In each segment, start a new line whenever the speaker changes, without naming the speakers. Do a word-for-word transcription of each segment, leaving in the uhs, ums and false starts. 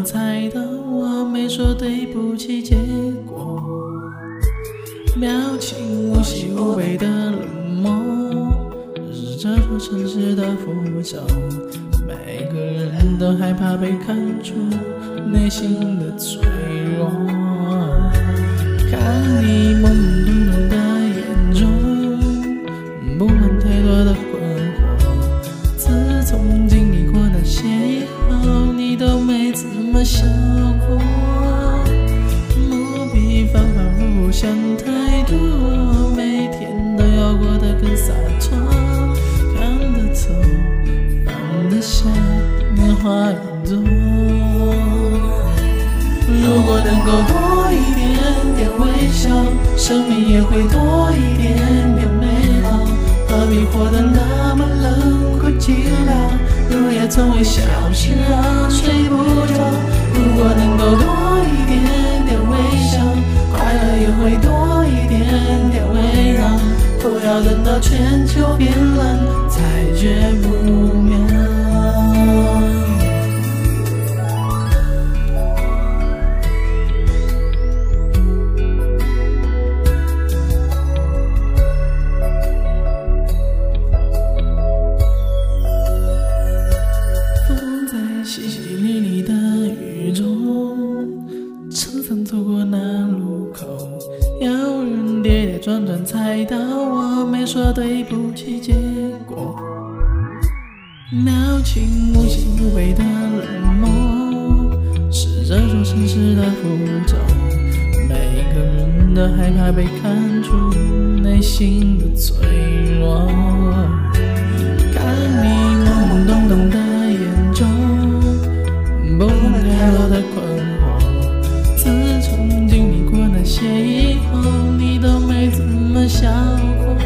转猜到我没说对不起结果，表情无喜无悲的冷漠，是这座城市的符咒。每个人都害怕被看出内心的脆弱，看你懵懵懂懂的眼中布满太多的困惑。自从经历过那些以后，你都没怎么想过，不必反反复复想太多，每天都要过得更洒脱，看得透放得下，年华一朵。如果能够多一点点微笑，生命也会多一点点美好。何必活得那么冷酷寂寥，路也从未消失啊，睡不着。如果能够多一点点微笑，快乐也会多一点点围绕。不要等到全球变冷才觉不妙。淅淅沥沥的雨中，车曾走过那路口，有人跌跌撞撞踩到我没说对不起结果，表情无喜无悲的冷漠，是这座城市的符咒。每个人都害怕被看出内心的脆弱，看你懵懵懂懂的眼中布满太多的困惑。自从经历过那些以后，你都没怎么想过，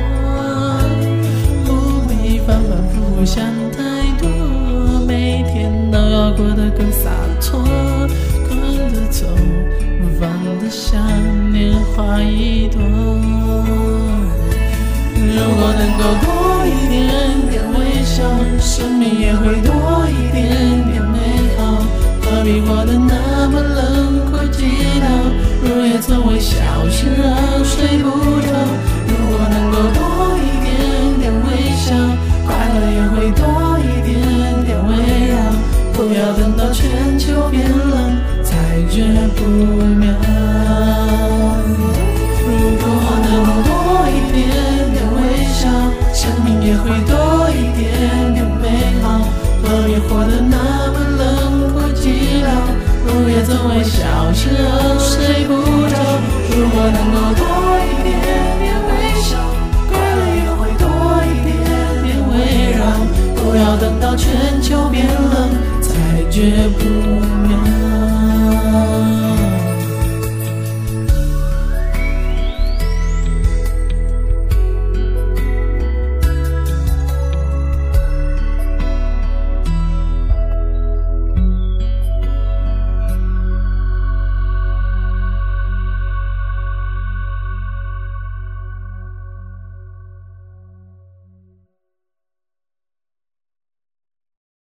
不必反反复复想太多，每天都要过得更洒脱，看得透放得下，年华一朵。如果能够多一点点微笑，生命也会多一点点美好。何必活得那么冷酷寂寥，路也从未消失啊，睡不着。如果能够多一点点微笑，快乐也会多一点点围绕。不要等到全球变冷才觉不妙。如果能多一点点微笑，生命也会多一点点美好。何必活得那么冷酷寂寥，路也从未消失啊，睡不着。如果能够多一点点微笑，快乐也会多一点点围绕。不要等到全球变冷才觉不